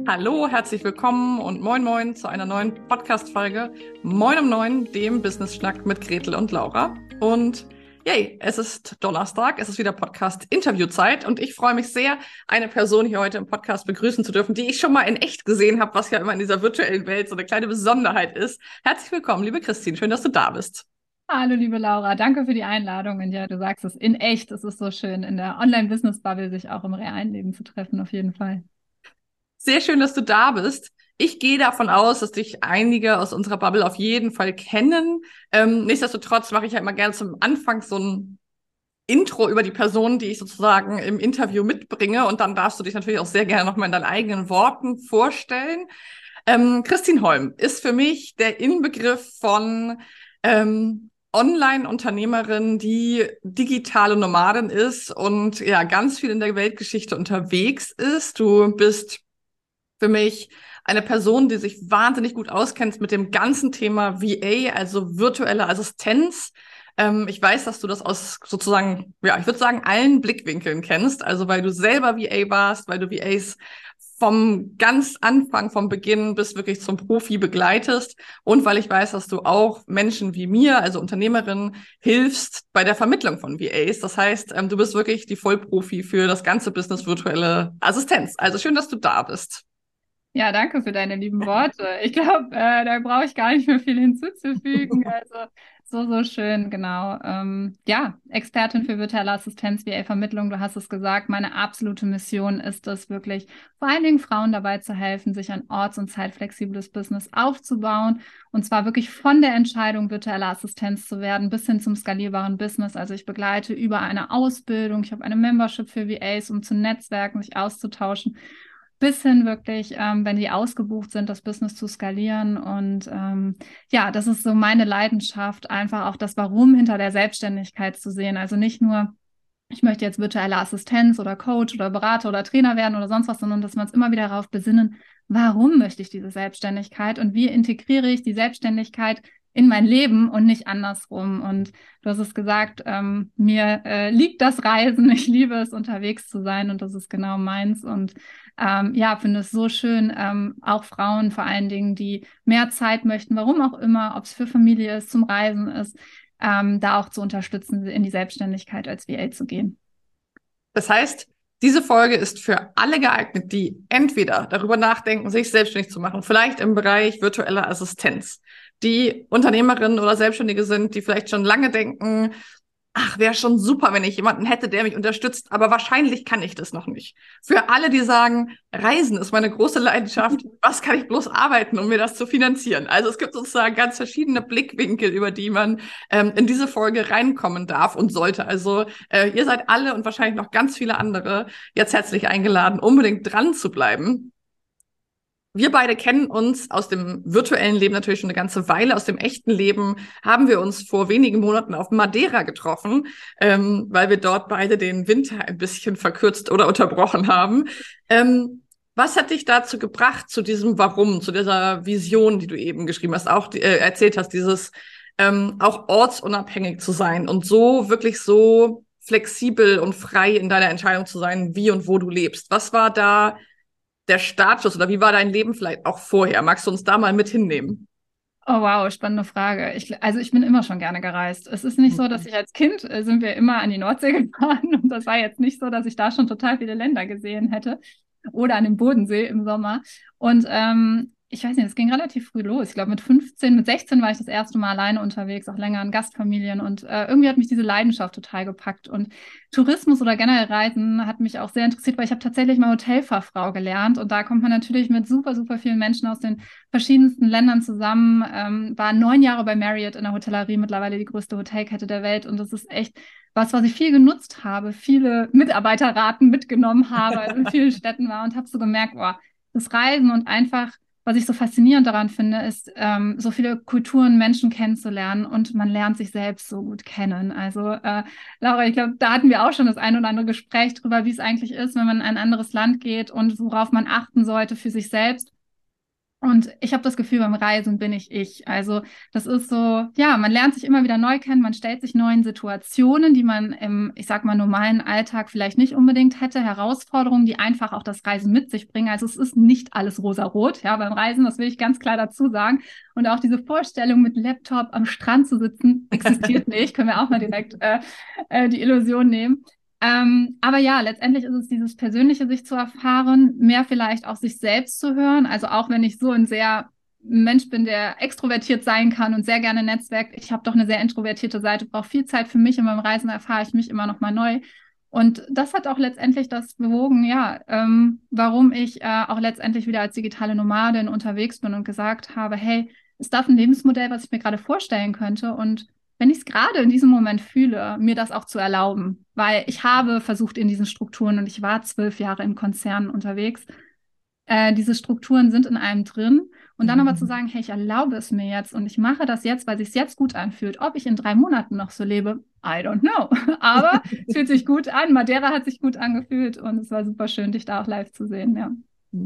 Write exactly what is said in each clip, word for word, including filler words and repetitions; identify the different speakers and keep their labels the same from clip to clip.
Speaker 1: Hallo, herzlich willkommen und moin moin zu einer neuen Podcast-Folge Moin um neun, dem Business-Schnack mit Gretel und Laura. Und yay, es ist Donnerstag, es ist wieder Podcast-Interview-Zeit und ich freue mich sehr, eine Person hier heute im Podcast begrüßen zu dürfen, die ich schon mal in echt gesehen habe, was ja immer in dieser virtuellen Welt so eine kleine Besonderheit ist. Herzlich willkommen, liebe Christine, schön, dass du da bist.
Speaker 2: Hallo, liebe Laura, danke für die Einladung. Und ja, du sagst es in echt. Es ist so schön, in der Online-Business-Bubble sich auch im realen Leben zu treffen, auf jeden Fall.
Speaker 1: Sehr schön, dass du da bist. Ich gehe davon aus, dass dich einige aus unserer Bubble auf jeden Fall kennen. Ähm, nichtsdestotrotz mache ich ja immer gerne zum Anfang so ein Intro über die Person, die ich sozusagen im Interview mitbringe. Und dann darfst du dich natürlich auch sehr gerne nochmal in deinen eigenen Worten vorstellen. Ähm, Christine Holm ist für mich der Inbegriff von ähm, Online-Unternehmerin, die digitale Nomadin ist und ja ganz viel in der Weltgeschichte unterwegs ist. Du bist für mich eine Person, die sich wahnsinnig gut auskennt mit dem ganzen Thema V A, also virtuelle Assistenz. Ähm, ich weiß, dass du das aus sozusagen, ja, ich würde sagen, allen Blickwinkeln kennst. Also weil du selber V A warst, weil du V As vom ganz Anfang, vom Beginn bis wirklich zum Profi begleitest und weil ich weiß, dass du auch Menschen wie mir, also Unternehmerinnen, hilfst bei der Vermittlung von V As. Das heißt, ähm, du bist wirklich die Vollprofi für das ganze Business virtuelle Assistenz. Also schön, dass du da bist.
Speaker 2: Ja, danke für deine lieben Worte. Ich glaube, äh, da brauche ich gar nicht mehr viel hinzuzufügen. Also so, so schön, genau. Ähm, ja, Expertin für virtuelle Assistenz, V A-Vermittlung, du hast es gesagt. Meine absolute Mission ist es wirklich, vor allen Dingen Frauen dabei zu helfen, sich ein orts- und zeitflexibles Business aufzubauen. Und zwar wirklich von der Entscheidung, virtuelle Assistenz zu werden, bis hin zum skalierbaren Business. Also ich begleite über eine Ausbildung. Ich habe eine Membership für V As, um zu netzwerken, sich auszutauschen, bis hin wirklich, ähm, wenn die ausgebucht sind, das Business zu skalieren. Und ähm, ja, das ist so meine Leidenschaft, einfach auch das Warum hinter der Selbstständigkeit zu sehen. Also nicht nur, ich möchte jetzt virtuelle Assistenz oder Coach oder Berater oder Trainer werden oder sonst was, sondern dass wir uns immer wieder darauf besinnen, warum möchte ich diese Selbstständigkeit und wie integriere ich die Selbstständigkeit in mein Leben und nicht andersrum. Und du hast es gesagt, ähm, mir äh, liegt das Reisen, ich liebe es, unterwegs zu sein und das ist genau meins. Und ähm, ja, finde es so schön, ähm, auch Frauen vor allen Dingen, die mehr Zeit möchten, warum auch immer, ob es für Familie ist, zum Reisen ist, ähm, da auch zu unterstützen, in die Selbstständigkeit als V A zu gehen.
Speaker 1: Das heißt, diese Folge ist für alle geeignet, die entweder darüber nachdenken, sich selbstständig zu machen, vielleicht im Bereich virtuelle Assistenz, die Unternehmerinnen oder Selbstständige sind, die vielleicht schon lange denken, ach, wäre schon super, wenn ich jemanden hätte, der mich unterstützt, aber wahrscheinlich kann ich das noch nicht. Für alle, die sagen, Reisen ist meine große Leidenschaft, was kann ich bloß arbeiten, um mir das zu finanzieren? Also es gibt sozusagen ganz verschiedene Blickwinkel, über die man ähm, in diese Folge reinkommen darf und sollte. Also äh, ihr seid alle und wahrscheinlich noch ganz viele andere jetzt herzlich eingeladen, unbedingt dran zu bleiben. Wir beide kennen uns aus dem virtuellen Leben natürlich schon eine ganze Weile. Aus dem echten Leben haben wir uns vor wenigen Monaten auf Madeira getroffen, ähm, weil wir dort beide den Winter ein bisschen verkürzt oder unterbrochen haben. Ähm, was hat dich dazu gebracht, zu diesem Warum, zu dieser Vision, die du eben geschrieben hast, auch äh, erzählt hast, dieses ähm, auch ortsunabhängig zu sein und so wirklich so flexibel und frei in deiner Entscheidung zu sein, wie und wo du lebst? Was war da der Status oder wie war dein Leben vielleicht auch vorher? Magst du uns da mal mit hinnehmen?
Speaker 2: Oh wow, spannende Frage. Ich, also ich bin immer schon gerne gereist. Es ist nicht so, dass ich als Kind äh, sind wir immer an die Nordsee gefahren und das war jetzt nicht so, dass ich da schon total viele Länder gesehen hätte oder an dem Bodensee im Sommer. Und ähm, ich weiß nicht, es ging relativ früh los. Ich glaube, mit fünfzehn, mit sechzehn war ich das erste Mal alleine unterwegs, auch länger in Gastfamilien. Und äh, irgendwie hat mich diese Leidenschaft total gepackt. Und Tourismus oder generell Reisen hat mich auch sehr interessiert, weil ich habe tatsächlich mal Hotelfachfrau gelernt. Und da kommt man natürlich mit super, super vielen Menschen aus den verschiedensten Ländern zusammen. Ähm, war neun Jahre bei Marriott in der Hotellerie, mittlerweile die größte Hotelkette der Welt. Und das ist echt was, was ich viel genutzt habe, viele Mitarbeiterraten mitgenommen habe, also in vielen Städten war und habe so gemerkt, boah, das Reisen und einfach, was ich so faszinierend daran finde, ist, ähm, so viele Kulturen, Menschen kennenzulernen und man lernt sich selbst so gut kennen. Also, äh, Laura, ich glaube, da hatten wir auch schon das ein oder andere Gespräch drüber, wie es eigentlich ist, wenn man in ein anderes Land geht und worauf man achten sollte für sich selbst. Und ich habe das Gefühl, beim Reisen bin ich ich. Also das ist so, ja, man lernt sich immer wieder neu kennen, man stellt sich neuen Situationen, die man im, ich sag mal, normalen Alltag vielleicht nicht unbedingt hätte, Herausforderungen, die einfach auch das Reisen mit sich bringen. Also es ist nicht alles rosarot, ja, beim Reisen, das will ich ganz klar dazu sagen. Und auch diese Vorstellung, mit Laptop am Strand zu sitzen, existiert nicht. Können wir auch mal direkt äh, äh, die Illusion nehmen. Ähm, aber ja, letztendlich ist es dieses Persönliche, sich zu erfahren, mehr vielleicht auch sich selbst zu hören. Also auch wenn ich so ein sehr Mensch bin, der extrovertiert sein kann und sehr gerne netzwerkt, ich habe doch eine sehr introvertierte Seite, brauche viel Zeit für mich und beim Reisen erfahre ich mich immer noch mal neu. Und das hat auch letztendlich das bewogen, ja, ähm, warum ich äh, auch letztendlich wieder als digitale Nomadin unterwegs bin und gesagt habe, hey, ist das ein Lebensmodell, was ich mir gerade vorstellen könnte? Und wenn ich es gerade in diesem Moment fühle, mir das auch zu erlauben, weil ich habe versucht in diesen Strukturen und ich war zwölf Jahre in Konzernen unterwegs, äh, diese Strukturen sind in einem drin und dann aber zu sagen, hey, ich erlaube es mir jetzt und ich mache das jetzt, weil es sich jetzt gut anfühlt. Ob ich in drei Monaten noch so lebe, I don't know. Aber es fühlt sich gut an. Madeira hat sich gut angefühlt und es war super schön, dich da auch live zu sehen, ja.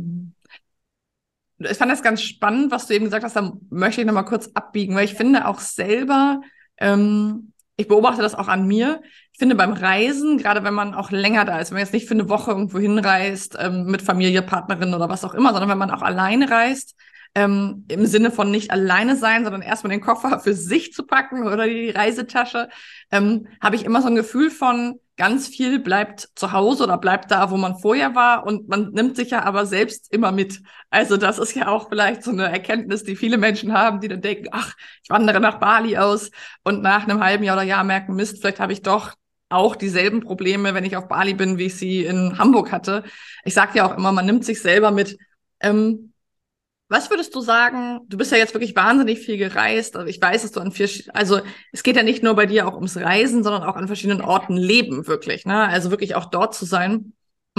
Speaker 1: Ich fand das ganz spannend, was du eben gesagt hast, da möchte ich nochmal kurz abbiegen, weil ich finde auch selber, ähm, ich beobachte das auch an mir. Ich finde beim Reisen, gerade wenn man auch länger da ist, wenn man jetzt nicht für eine Woche irgendwo hinreist, ähm, mit Familie, Partnerin oder was auch immer, sondern wenn man auch alleine reist, ähm, im Sinne von nicht alleine sein, sondern erstmal den Koffer für sich zu packen oder die Reisetasche, ähm, habe ich immer so ein Gefühl von, ganz viel bleibt zu Hause oder bleibt da, wo man vorher war und man nimmt sich ja aber selbst immer mit. Also das ist ja auch vielleicht so eine Erkenntnis, die viele Menschen haben, die dann denken, ach, ich wandere nach Bali aus und nach einem halben Jahr oder Jahr merken, Mist, vielleicht habe ich doch auch dieselben Probleme, wenn ich auf Bali bin, wie ich sie in Hamburg hatte. Ich sage ja auch immer, man nimmt sich selber mit. Ähm, Was würdest du sagen? Du bist ja jetzt wirklich wahnsinnig viel gereist. Also ich weiß, dass du an vier, also es geht ja nicht nur bei dir auch ums Reisen, sondern auch an verschiedenen Orten leben, wirklich, ne? Also wirklich auch dort zu sein.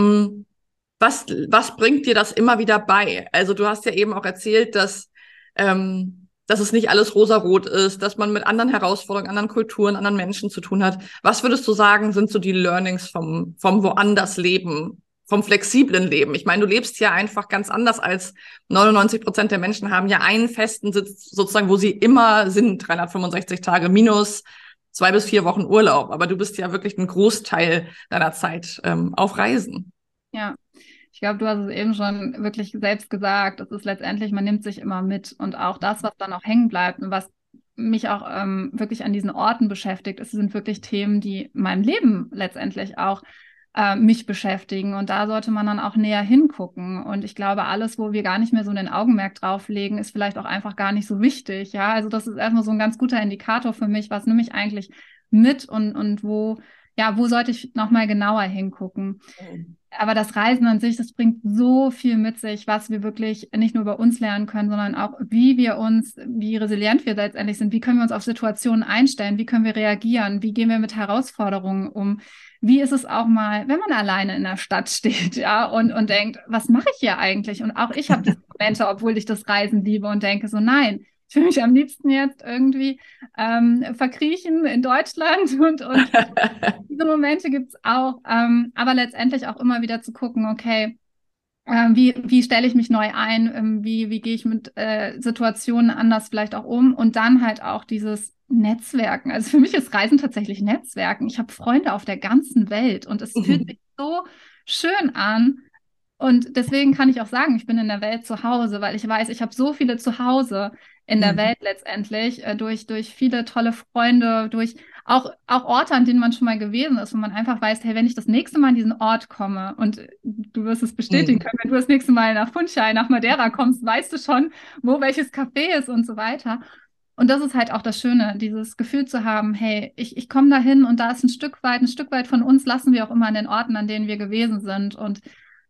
Speaker 1: Was, was bringt dir das immer wieder bei? Also du hast ja eben auch erzählt, dass, ähm, dass es nicht alles rosarot ist, dass man mit anderen Herausforderungen, anderen Kulturen, anderen Menschen zu tun hat. Was würdest du sagen, sind so die Learnings vom, vom woanders Leben? Vom flexiblen Leben. Ich meine, du lebst ja einfach ganz anders als neunundneunzig Prozent der Menschen haben ja einen festen Sitz, sozusagen, wo sie immer sind, dreihundertfünfundsechzig Tage minus zwei bis vier Wochen Urlaub. Aber du bist ja wirklich einen Großteil deiner Zeit ähm, auf Reisen.
Speaker 2: Ja, ich glaube, du hast es eben schon wirklich selbst gesagt. Es ist letztendlich, man nimmt sich immer mit und auch das, was dann auch hängen bleibt und was mich auch ähm, wirklich an diesen Orten beschäftigt, es sind wirklich Themen, die mein Leben letztendlich auch äh, mich beschäftigen. Und da sollte man dann auch näher hingucken. Und ich glaube, alles, wo wir gar nicht mehr so den Augenmerk drauflegen, ist vielleicht auch einfach gar nicht so wichtig. Ja, also das ist erstmal so ein ganz guter Indikator für mich, was nehme ich eigentlich mit und, und wo, ja, wo sollte ich nochmal genauer hingucken. Mhm. Aber das Reisen an sich, das bringt so viel mit sich, was wir wirklich nicht nur über uns lernen können, sondern auch, wie wir uns, wie resilient wir letztendlich sind, wie können wir uns auf Situationen einstellen, wie können wir reagieren, wie gehen wir mit Herausforderungen um, wie ist es auch mal, wenn man alleine in der Stadt steht, ja, und, und denkt, was mache ich hier eigentlich? Und auch ich habe diese Momente, obwohl ich das Reisen liebe und denke so, nein, ich will mich am liebsten jetzt irgendwie ähm, verkriechen in Deutschland und, und diese Momente gibt es auch, ähm, aber letztendlich auch immer wieder zu gucken, okay, ähm, wie, wie stelle ich mich neu ein, ähm, wie, wie gehe ich mit äh, Situationen anders vielleicht auch um und dann halt auch dieses Netzwerken. Also für mich ist Reisen tatsächlich Netzwerken. Ich habe Freunde auf der ganzen Welt und es mhm. fühlt sich so schön an. Und deswegen kann ich auch sagen, ich bin in der Welt zu Hause, weil ich weiß, ich habe so viele zu Hause in der mhm. Welt letztendlich, äh, durch, durch viele tolle Freunde, durch auch, auch Orte, an denen man schon mal gewesen ist, wo man einfach weiß, hey, wenn ich das nächste Mal an diesen Ort komme und du wirst es bestätigen mhm. können, wenn du das nächste Mal nach Funchal, nach Madeira kommst, weißt du schon, wo welches Café ist und so weiter. Und das ist halt auch das Schöne, dieses Gefühl zu haben, hey, ich, ich komme da hin und da ist ein Stück weit, ein Stück weit von uns lassen wir auch immer an den Orten, an denen wir gewesen sind. Und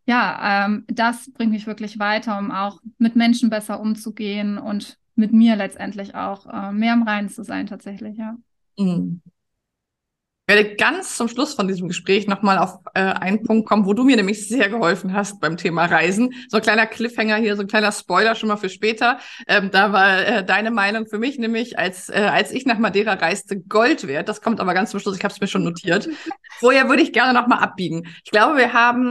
Speaker 2: ja, ähm, das bringt mich wirklich weiter, um auch mit Menschen besser umzugehen und mit mir letztendlich auch äh, mehr im Reinen zu sein tatsächlich, ja.
Speaker 1: Mhm. Ich werde ganz zum Schluss von diesem Gespräch nochmal auf äh, einen Punkt kommen, wo du mir nämlich sehr geholfen hast beim Thema Reisen. So ein kleiner Cliffhanger hier, so ein kleiner Spoiler schon mal für später. Ähm, da war äh, deine Meinung für mich nämlich, als äh, als ich nach Madeira reiste, Gold wert. Das kommt aber ganz zum Schluss, ich habe es mir schon notiert. Vorher würde ich gerne nochmal abbiegen. Ich glaube, wir haben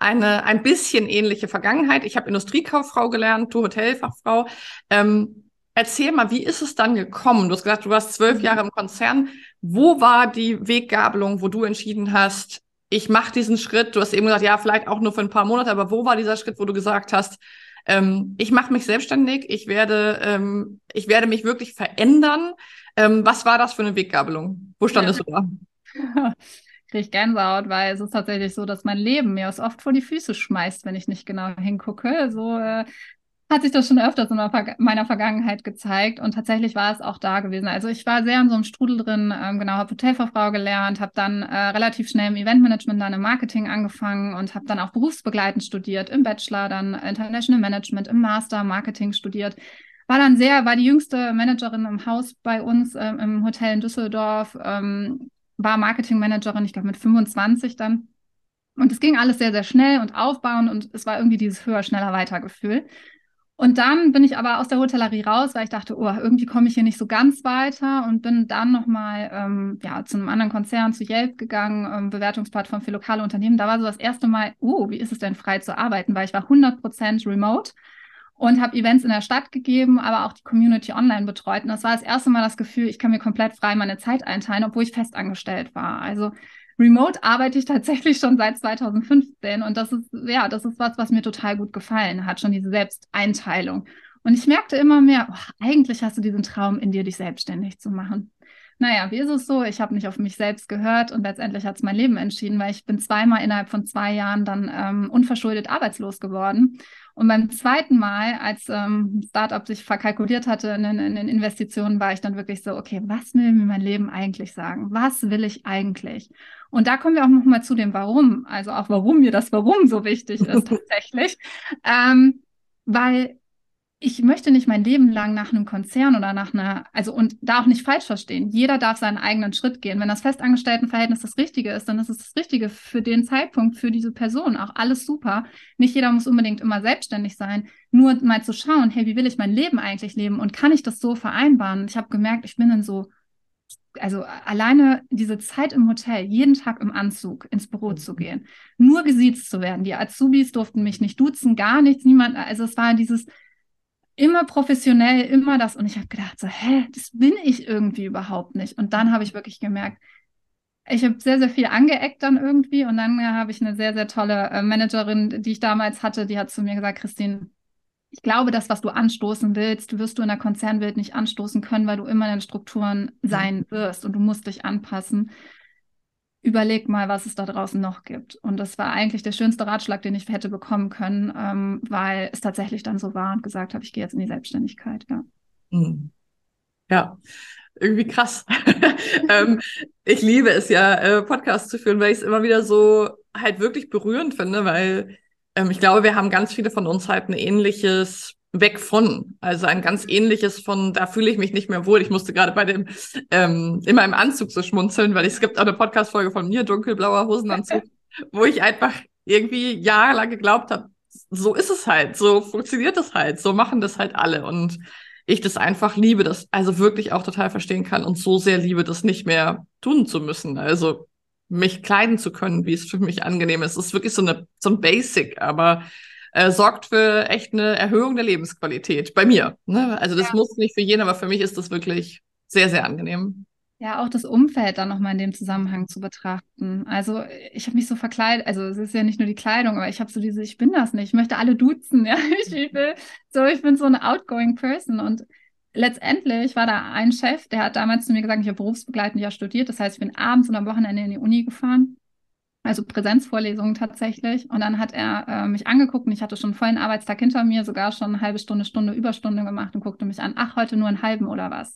Speaker 1: eine ein bisschen ähnliche Vergangenheit. Ich habe Industriekauffrau gelernt, du Hotelfachfrau. Ähm, erzähl mal, wie ist es dann gekommen? Du hast gesagt, du warst zwölf Jahre im Konzern. Wo war die Weggabelung, wo du entschieden hast, ich mache diesen Schritt? Du hast eben gesagt, ja, vielleicht auch nur für ein paar Monate, aber wo war dieser Schritt, wo du gesagt hast, ähm, ich mache mich selbstständig, ich werde, ähm, ich werde mich wirklich verändern? Ähm, was war das für eine Weggabelung? Wo standest
Speaker 2: Ja.
Speaker 1: du da?
Speaker 2: Kriege ich Gänsehaut, weil es ist tatsächlich so, dass mein Leben mir es oft vor die Füße schmeißt, wenn ich nicht genau hingucke. So äh, hat sich das schon öfters in meiner Vergangenheit gezeigt und tatsächlich war es auch da gewesen. Also ich war sehr in so einem Strudel drin, ähm, genau, habe Hotelfachfrau gelernt, habe dann äh, relativ schnell im Eventmanagement, dann im Marketing angefangen und habe dann auch berufsbegleitend studiert, im Bachelor, dann International Management, im Master Marketing studiert. War dann sehr, war die jüngste Managerin im Haus bei uns ähm, im Hotel in Düsseldorf, ähm, war Marketingmanagerin, ich glaube mit fünfundzwanzig dann. Und es ging alles sehr, sehr schnell und aufbauend und es war irgendwie dieses höher, schneller, weiter Gefühl. Und dann bin ich aber aus der Hotellerie raus, weil ich dachte, oh, irgendwie komme ich hier nicht so ganz weiter und bin dann nochmal ähm, ja, zu einem anderen Konzern, zu Yelp gegangen, ähm, Bewertungsplattform für lokale Unternehmen. Da war so das erste Mal, oh, wie ist es denn frei zu arbeiten, weil ich war hundert Prozent remote und habe Events in der Stadt gegeben, aber auch die Community online betreut. Und das war das erste Mal das Gefühl, ich kann mir komplett frei meine Zeit einteilen, obwohl ich festangestellt war. Also remote arbeite ich tatsächlich schon seit zweitausendfünfzehn und das ist, ja, das ist was, was mir total gut gefallen hat, schon diese Selbsteinteilung. Und ich merkte immer mehr, oh, eigentlich hast du diesen Traum in dir, dich selbstständig zu machen. Naja, wie ist es so? Ich habe nicht auf mich selbst gehört und letztendlich hat es mein Leben entschieden, weil ich bin zweimal innerhalb von zwei Jahren dann ähm, unverschuldet arbeitslos geworden. Und beim zweiten Mal, als ähm, Startup sich verkalkuliert hatte in, in, in Investitionen, war ich dann wirklich so, okay, was will mir mein Leben eigentlich sagen? Was will ich eigentlich? Und da kommen wir auch nochmal zu dem Warum, also auch warum mir das Warum so wichtig ist tatsächlich. Ähm, weil ich möchte nicht mein Leben lang nach einem Konzern oder nach einer, also und da auch nicht falsch verstehen. Jeder darf seinen eigenen Schritt gehen. Wenn das Festangestelltenverhältnis das Richtige ist, dann ist es das Richtige für den Zeitpunkt, für diese Person. Auch alles super. Nicht jeder muss unbedingt immer selbstständig sein. Nur mal zu schauen, hey, wie will ich mein Leben eigentlich leben und kann ich das so vereinbaren? Ich habe gemerkt, ich bin in so, also alleine diese Zeit im Hotel, jeden Tag im Anzug ins Büro zu gehen, nur gesiezt zu werden. Die Azubis durften mich nicht duzen, gar nichts, niemand. Also es war dieses immer professionell, immer das. Und ich habe gedacht, so, hä, das bin ich irgendwie überhaupt nicht. Und dann habe ich wirklich gemerkt, ich habe sehr, sehr viel angeeckt dann irgendwie. Und dann ja, habe ich eine sehr, sehr tolle äh, Managerin, die ich damals hatte, die hat zu mir gesagt, Christine, ich glaube, das, was du anstoßen willst, wirst du in der Konzernwelt nicht anstoßen können, weil du immer in den Strukturen sein wirst und du musst dich anpassen. Überleg mal, was es da draußen noch gibt. Und das war eigentlich der schönste Ratschlag, den ich hätte bekommen können, ähm, weil es tatsächlich dann so war und gesagt habe, ich gehe jetzt in die Selbstständigkeit. Ja,
Speaker 1: Hm. Ja, irgendwie krass. ähm, ich liebe es ja, äh, Podcasts zu führen, weil ich es immer wieder so halt wirklich berührend finde, weil ähm, ich glaube, wir haben ganz viele von uns halt ein ähnliches Weg von, also ein ganz ähnliches von, da fühle ich mich nicht mehr wohl. Ich musste gerade bei dem ähm, immer im Anzug so schmunzeln, weil es gibt auch eine Podcast-Folge von mir, dunkelblauer Hosenanzug, wo ich einfach irgendwie jahrelang geglaubt habe, so ist es halt, so funktioniert es halt, so machen das halt alle und ich das einfach liebe, das also wirklich auch total verstehen kann und so sehr liebe, das nicht mehr tun zu müssen. Also mich kleiden zu können, wie es für mich angenehm ist. Es ist wirklich so eine so ein Basic, aber äh, sorgt für echt eine Erhöhung der Lebensqualität bei mir. Ne? Also das
Speaker 2: ja.
Speaker 1: muss nicht für jeden, aber für mich ist das wirklich sehr, sehr angenehm.
Speaker 2: Ja, auch das Umfeld dann nochmal in dem Zusammenhang zu betrachten. Also ich habe mich so verkleidet, also es ist ja nicht nur die Kleidung, aber ich habe so diese, ich bin das nicht, ich möchte alle duzen, ja, ich, ich will, so, ich bin so eine outgoing Person und letztendlich war da ein Chef, der hat damals zu mir gesagt, ich habe berufsbegleitend ja studiert, das heißt, ich bin abends und am Wochenende in die Uni gefahren, also Präsenzvorlesungen tatsächlich und dann hat er äh, mich angeguckt und ich hatte schon einen vollen Arbeitstag hinter mir, sogar schon eine halbe Stunde, Stunde, Überstunde gemacht und guckte mich an, ach, heute nur einen halben oder was?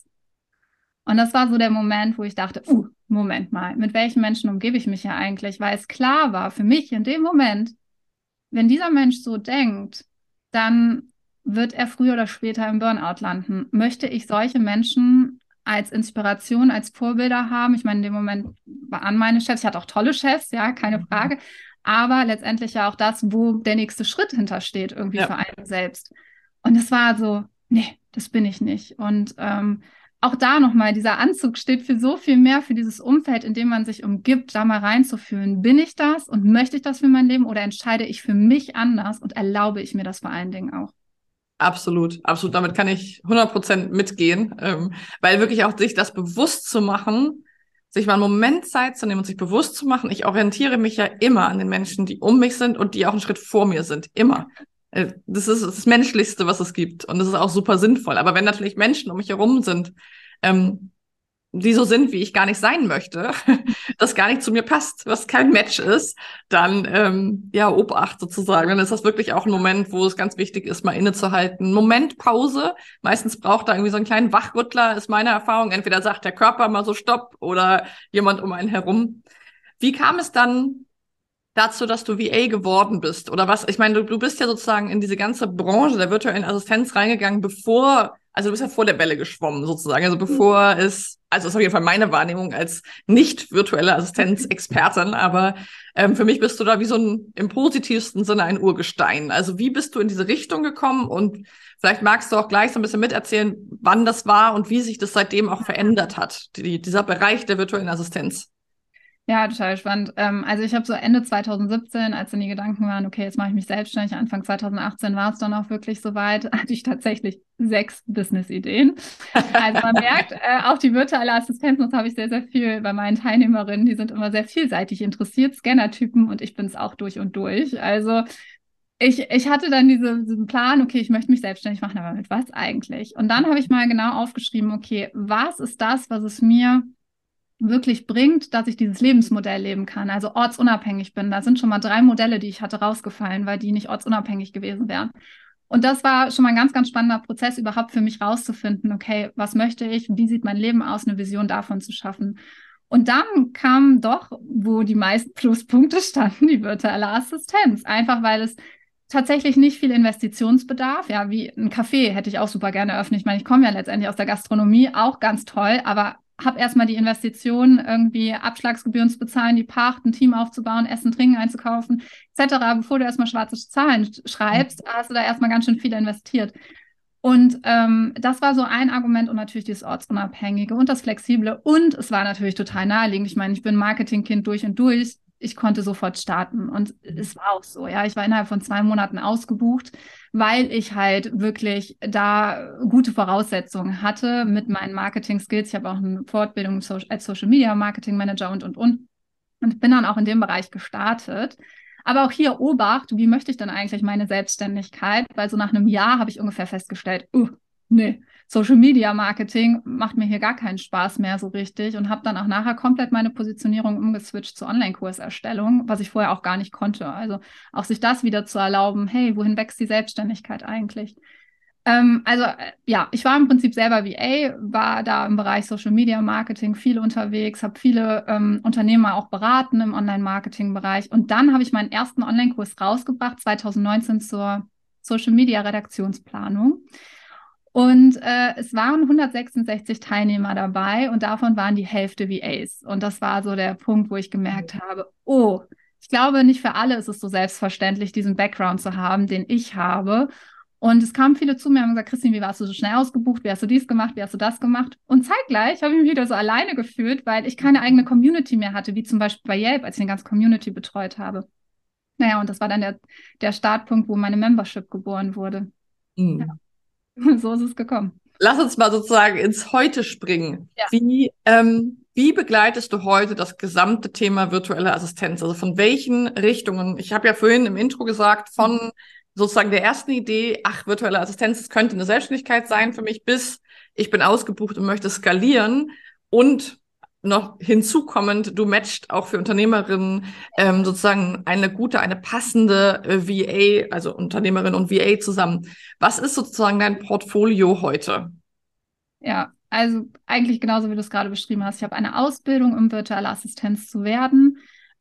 Speaker 2: Und das war so der Moment, wo ich dachte, uh, Moment mal, mit welchen Menschen umgebe ich mich ja eigentlich? Weil es klar war für mich in dem Moment, wenn dieser Mensch so denkt, dann wird er früher oder später im Burnout landen. Möchte ich solche Menschen als Inspiration, als Vorbilder haben? Ich meine, in dem Moment waren meine Chefs, ich hatte auch tolle Chefs, ja, keine Frage, aber letztendlich ja auch das, wo der nächste Schritt hintersteht, irgendwie
Speaker 1: Ja.
Speaker 2: für einen selbst. Und es war so, nee, das bin ich nicht. Und ähm, auch da nochmal, dieser Anzug steht für so viel mehr, für dieses Umfeld, in dem man sich umgibt, da mal reinzufühlen. Bin ich das und möchte ich das für mein Leben oder entscheide ich für mich anders und erlaube ich mir das vor allen Dingen auch?
Speaker 1: Absolut, absolut. Damit kann ich hundert Prozent mitgehen, ähm, weil wirklich auch sich das bewusst zu machen, sich mal einen Moment Zeit zu nehmen und sich bewusst zu machen, ich orientiere mich ja immer an den Menschen, die um mich sind und die auch einen Schritt vor mir sind. Immer. Äh, Das ist das Menschlichste, was es gibt. Und das ist auch super sinnvoll. Aber wenn natürlich Menschen um mich herum sind, ähm, die so sind, wie ich gar nicht sein möchte, das gar nicht zu mir passt, was kein Match ist, dann ähm, ja, Obacht sozusagen. Dann ist das wirklich auch ein Moment, wo es ganz wichtig ist, mal innezuhalten. Moment, Pause. Meistens braucht da irgendwie so einen kleinen Wachrüttler, ist meine Erfahrung. Entweder sagt der Körper mal so Stopp oder jemand um einen herum. Wie kam es dann dazu, dass du V A geworden bist? Oder was? Ich meine, du, du bist ja sozusagen in diese ganze Branche der virtuellen Assistenz reingegangen, bevor, also du bist ja vor der Welle geschwommen sozusagen, also bevor es, also das ist auf jeden Fall meine Wahrnehmung als nicht virtuelle Assistenzexpertin, aber ähm, für mich bist du da wie so ein, im positivsten Sinne ein Urgestein. Also wie bist du in diese Richtung gekommen und vielleicht magst du auch gleich so ein bisschen miterzählen, wann das war und wie sich das seitdem auch verändert hat, die, dieser Bereich der virtuellen Assistenz.
Speaker 2: Ja, total spannend. Ähm, also ich habe so Ende zwanzig siebzehn, als dann die Gedanken waren, okay, jetzt mache ich mich selbstständig, Anfang zwanzig achtzehn war es dann auch wirklich soweit, hatte ich tatsächlich sechs Business-Ideen. Also man merkt, äh, auch die virtuelle Assistenz, das habe ich sehr, sehr viel bei meinen Teilnehmerinnen, die sind immer sehr vielseitig interessiert, Scanner-Typen und ich bin es auch durch und durch. Also ich, ich hatte dann diese, diesen Plan, okay, ich möchte mich selbstständig machen, aber mit was eigentlich? Und dann habe ich mal genau aufgeschrieben, okay, was ist das, was es mir wirklich bringt, dass ich dieses Lebensmodell leben kann, also ortsunabhängig bin. Da sind schon mal drei Modelle, die ich hatte, rausgefallen, weil die nicht ortsunabhängig gewesen wären. Und das war schon mal ein ganz, ganz spannender Prozess, überhaupt für mich rauszufinden, okay, was möchte ich, wie sieht mein Leben aus, eine Vision davon zu schaffen. Und dann kam doch, wo die meisten Pluspunkte standen, die virtuelle Assistenz. Einfach weil es tatsächlich nicht viel Investitionsbedarf. Ja, wie ein Café hätte ich auch super gerne eröffnet. Ich meine, ich komme ja letztendlich aus der Gastronomie, auch ganz toll, aber habe erstmal die Investition, irgendwie Abschlagsgebühren zu bezahlen, die Pacht, ein Team aufzubauen, Essen, Trinken einzukaufen, et cetera. Bevor du erstmal schwarze Zahlen schreibst, hast du da erstmal ganz schön viel investiert. Und ähm, das war so ein Argument und natürlich dieses Ortsunabhängige und das Flexible. Und es war natürlich total naheliegend. Ich meine, ich bin Marketingkind durch und durch. Ich konnte sofort starten und es war auch so, ja. Ich war innerhalb von zwei Monaten ausgebucht, weil ich halt wirklich da gute Voraussetzungen hatte mit meinen Marketing-Skills. Ich habe auch eine Fortbildung als Social Media Marketing Manager und, und, und. Und bin dann auch in dem Bereich gestartet. Aber auch hier Obacht, wie möchte ich denn eigentlich meine Selbstständigkeit? Weil so nach einem Jahr habe ich ungefähr festgestellt, uh, nee, Social Media Marketing macht mir hier gar keinen Spaß mehr so richtig und habe dann auch nachher komplett meine Positionierung umgeswitcht zur Online-Kurserstellung, was ich vorher auch gar nicht konnte. Also auch sich das wieder zu erlauben, hey, wohin wächst die Selbstständigkeit eigentlich? Ähm, also äh, ja, ich war im Prinzip selber V A, war da im Bereich Social Media Marketing viel unterwegs, habe viele ähm, Unternehmer auch beraten im Online-Marketing-Bereich und dann habe ich meinen ersten Online-Kurs rausgebracht, zwanzig neunzehn zur Social Media Redaktionsplanung. Und äh, es waren hundertsechsundsechzig Teilnehmer dabei und davon waren die Hälfte V As. Und das war so der Punkt, wo ich gemerkt habe, oh, ich glaube, nicht für alle ist es so selbstverständlich, diesen Background zu haben, den ich habe. Und es kamen viele zu mir und haben gesagt, Christine, wie warst du so schnell ausgebucht? Wie hast du dies gemacht? Wie hast du das gemacht? Und zeitgleich habe ich mich wieder so alleine gefühlt, weil ich keine eigene Community mehr hatte, wie zum Beispiel bei Yelp, als ich eine ganze Community betreut habe. Naja, und das war dann der, der Startpunkt, wo meine Membership geboren wurde.
Speaker 1: Mhm.
Speaker 2: Ja. So ist es gekommen.
Speaker 1: Lass uns mal sozusagen ins Heute springen.
Speaker 2: Ja.
Speaker 1: Wie, ähm, wie begleitest du heute das gesamte Thema virtuelle Assistenz? Also von welchen Richtungen? Ich habe ja vorhin im Intro gesagt, von sozusagen der ersten Idee, ach, virtuelle Assistenz, das könnte eine Selbstständigkeit sein für mich, bis ich bin ausgebucht und möchte skalieren und noch hinzukommend, du matchst auch für Unternehmerinnen ähm, sozusagen eine gute, eine passende äh, V A, also Unternehmerin und V A zusammen. Was ist sozusagen dein Portfolio heute?
Speaker 2: Ja, also eigentlich genauso, wie du es gerade beschrieben hast. Ich habe eine Ausbildung, um virtuelle Assistenz zu werden.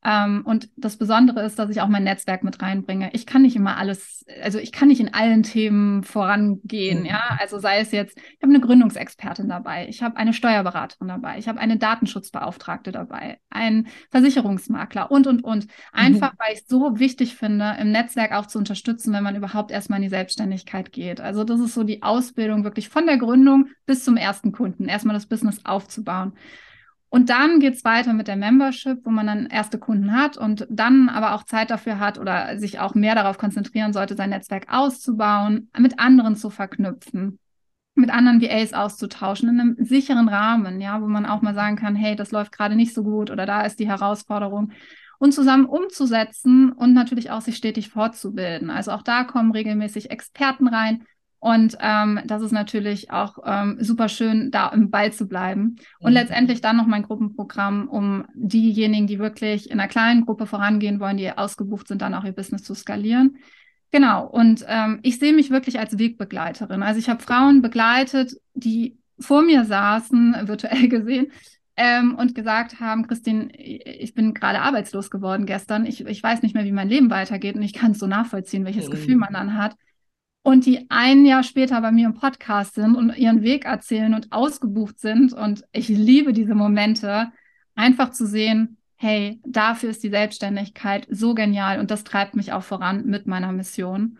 Speaker 2: Ähm, und das Besondere ist, dass ich auch mein Netzwerk mit reinbringe. Ich kann nicht immer alles, also ich kann nicht in allen Themen vorangehen,
Speaker 1: Mhm.
Speaker 2: ja. Also sei es jetzt, ich habe eine Gründungsexpertin dabei, ich habe eine Steuerberaterin dabei, ich habe eine Datenschutzbeauftragte dabei, einen Versicherungsmakler und, und, und. Einfach,
Speaker 1: Mhm.
Speaker 2: weil ich es so wichtig finde, im Netzwerk auch zu unterstützen, wenn man überhaupt erstmal in die Selbstständigkeit geht. Also das ist so die Ausbildung wirklich von der Gründung bis zum ersten Kunden, erstmal das Business aufzubauen. Und dann geht es weiter mit der Membership, wo man dann erste Kunden hat und dann aber auch Zeit dafür hat oder sich auch mehr darauf konzentrieren sollte, sein Netzwerk auszubauen, mit anderen zu verknüpfen, mit anderen V As auszutauschen, in einem sicheren Rahmen, ja, wo man auch mal sagen kann, hey, das läuft gerade nicht so gut oder da ist die Herausforderung. Und zusammen umzusetzen und natürlich auch sich stetig fortzubilden. Also auch da kommen regelmäßig Experten rein. Und ähm, das ist natürlich auch ähm, super schön, da im Ball zu bleiben. Und
Speaker 1: Mhm.
Speaker 2: letztendlich dann noch mein Gruppenprogramm, um diejenigen, die wirklich in einer kleinen Gruppe vorangehen wollen, die ausgebucht sind, dann auch ihr Business zu skalieren. Genau, und ähm, ich sehe mich wirklich als Wegbegleiterin. Also ich habe Frauen begleitet, die vor mir saßen, virtuell gesehen, ähm, und gesagt haben, Christine, ich bin gerade arbeitslos geworden gestern. Ich, ich weiß nicht mehr, wie mein Leben weitergeht und ich kann es so nachvollziehen, welches Gefühl man
Speaker 1: Mhm.
Speaker 2: dann hat. Und die ein Jahr später bei mir im Podcast sind und ihren Weg erzählen und ausgebucht sind. Und ich liebe diese Momente, einfach zu sehen, hey, dafür ist die Selbstständigkeit so genial und das treibt mich auch voran mit meiner Mission.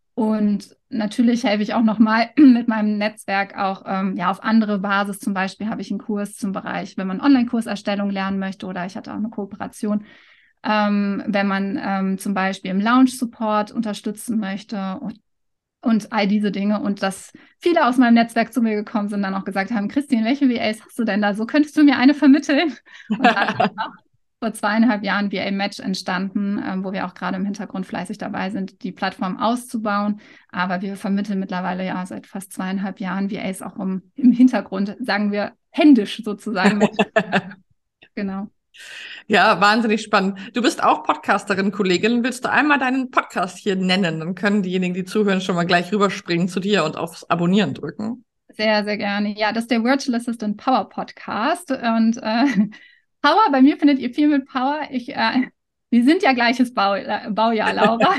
Speaker 2: Und natürlich helfe ich auch nochmal mit meinem Netzwerk auch ähm, ja, auf andere Basis. Zum Beispiel habe ich einen Kurs zum Bereich, wenn man Online-Kurserstellung lernen möchte, oder ich hatte auch eine Kooperation, ähm, wenn man ähm, zum Beispiel im Lounge-Support unterstützen möchte und, und all diese Dinge. Und dass viele aus meinem Netzwerk zu mir gekommen sind, dann auch gesagt haben, Christine, welche V As hast du denn da? So könntest du mir eine vermitteln? Und dann vor zweieinhalb Jahren V A-Match entstanden, ähm, wo wir auch gerade im Hintergrund fleißig dabei sind, die Plattform auszubauen. Aber wir vermitteln mittlerweile ja seit fast zweieinhalb Jahren V As auch um, im Hintergrund, sagen wir händisch sozusagen. Mit. Genau.
Speaker 1: Ja, wahnsinnig spannend. Du bist auch Podcasterin, Kollegin. Willst du einmal deinen Podcast hier nennen? Dann können diejenigen, die zuhören, schon mal gleich rüberspringen zu dir und aufs Abonnieren drücken.
Speaker 2: Sehr, sehr gerne. Ja, das ist der Virtual Assistant Power Podcast. Und äh, Power, bei mir findet ihr viel mit Power. Ich, äh, wir sind ja gleiches Bau, äh, Baujahr, Laura.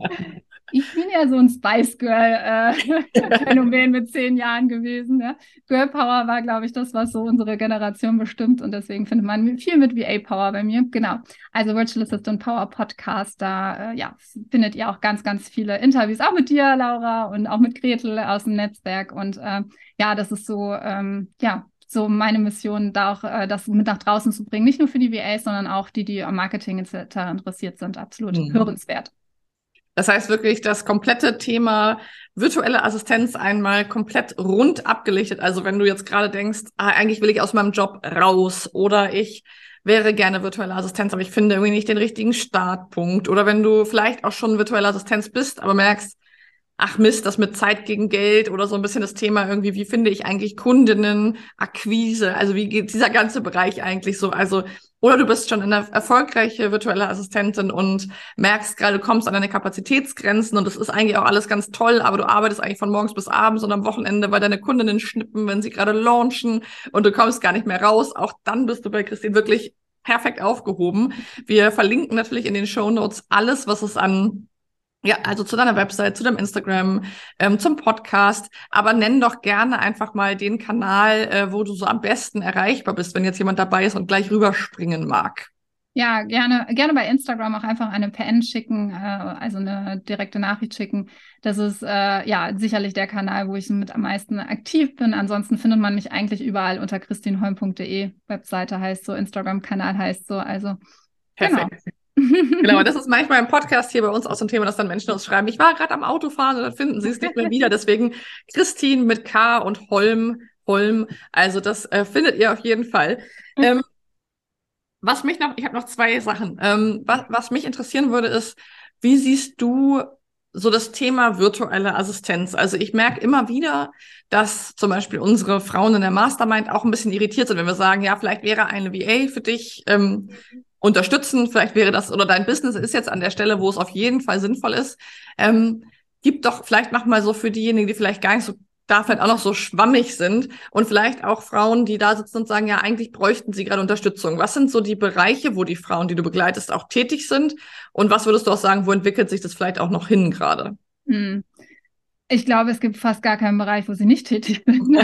Speaker 2: Ich bin ja so ein Spice Girl äh, Phänomen mit zehn Jahren gewesen. Ja. Girl Power war, glaube ich, das, was so unsere Generation bestimmt. Und deswegen findet man viel mit V A Power bei mir. Genau. Also Virtual Assistant Power Podcast, da äh, ja, findet ihr auch ganz, ganz viele Interviews, auch mit dir, Laura, und auch mit Gretel aus dem Netzwerk. Und äh, ja, das ist so, ähm, ja, so meine Mission, da auch äh, das mit nach draußen zu bringen. Nicht nur für die V As, sondern auch die, die am Marketing et cetera interessiert sind. Absolut
Speaker 1: Hm.
Speaker 2: hörenswert.
Speaker 1: Das heißt wirklich das komplette Thema virtuelle Assistenz einmal komplett rund abgelichtet. Also wenn du jetzt gerade denkst, ah, eigentlich will ich aus meinem Job raus oder ich wäre gerne virtuelle Assistenz, aber ich finde irgendwie nicht den richtigen Startpunkt. Oder wenn du vielleicht auch schon virtuelle Assistenz bist, aber merkst, ach Mist, das mit Zeit gegen Geld oder so ein bisschen das Thema irgendwie, wie finde ich eigentlich Kundinnen, Akquise, also wie geht dieser ganze Bereich eigentlich so, also, oder du bist schon eine erfolgreiche virtuelle Assistentin und merkst gerade, du kommst an deine Kapazitätsgrenzen und das ist eigentlich auch alles ganz toll, aber du arbeitest eigentlich von morgens bis abends und am Wochenende, weil deine Kundinnen schnippen, wenn sie gerade launchen und du kommst gar nicht mehr raus, auch dann bist du bei Christine wirklich perfekt aufgehoben. Wir verlinken natürlich in den Shownotes alles, was es an ja, also zu deiner Website, zu deinem Instagram, ähm, zum Podcast. Aber nenn doch gerne einfach mal den Kanal, äh, wo du so am besten erreichbar bist, wenn jetzt jemand dabei ist und gleich rüberspringen mag.
Speaker 2: Ja, gerne, gerne bei Instagram auch einfach eine P N schicken, äh, also eine direkte Nachricht schicken. Das ist äh, ja sicherlich der Kanal, wo ich mit am meisten aktiv bin. Ansonsten findet man mich eigentlich überall unter christinholm punkt de. Webseite heißt so, Instagram-Kanal heißt so. Also genau.
Speaker 1: Perfekt. Genau, das ist manchmal im Podcast hier bei uns auch so ein Thema, dass dann Menschen uns schreiben, ich war gerade am Autofahren und dann finden sie es nicht mehr wieder. Deswegen Christine mit K und Holm, Holm. Also das äh, findet ihr auf jeden Fall. Ähm, was mich noch, ich habe noch zwei Sachen. Ähm, was, was mich interessieren würde, ist, wie siehst du so das Thema virtuelle Assistenz? Also ich merke immer wieder, dass zum Beispiel unsere Frauen in der Mastermind auch ein bisschen irritiert sind, wenn wir sagen, ja, vielleicht wäre eine V A für dich ähm, unterstützen, vielleicht wäre das, oder dein Business ist jetzt an der Stelle, wo es auf jeden Fall sinnvoll ist. Ähm, gib doch vielleicht noch mal so für diejenigen, die vielleicht gar nicht so da vielleicht auch noch so schwammig sind und vielleicht auch Frauen, die da sitzen und sagen, ja, eigentlich bräuchten sie gerade Unterstützung. Was sind so die Bereiche, wo die Frauen, die du begleitest, auch tätig sind? Und was würdest du auch sagen, wo entwickelt sich das vielleicht auch noch hin gerade?
Speaker 2: Hm. Ich glaube, es gibt fast gar keinen Bereich, wo sie nicht tätig sind.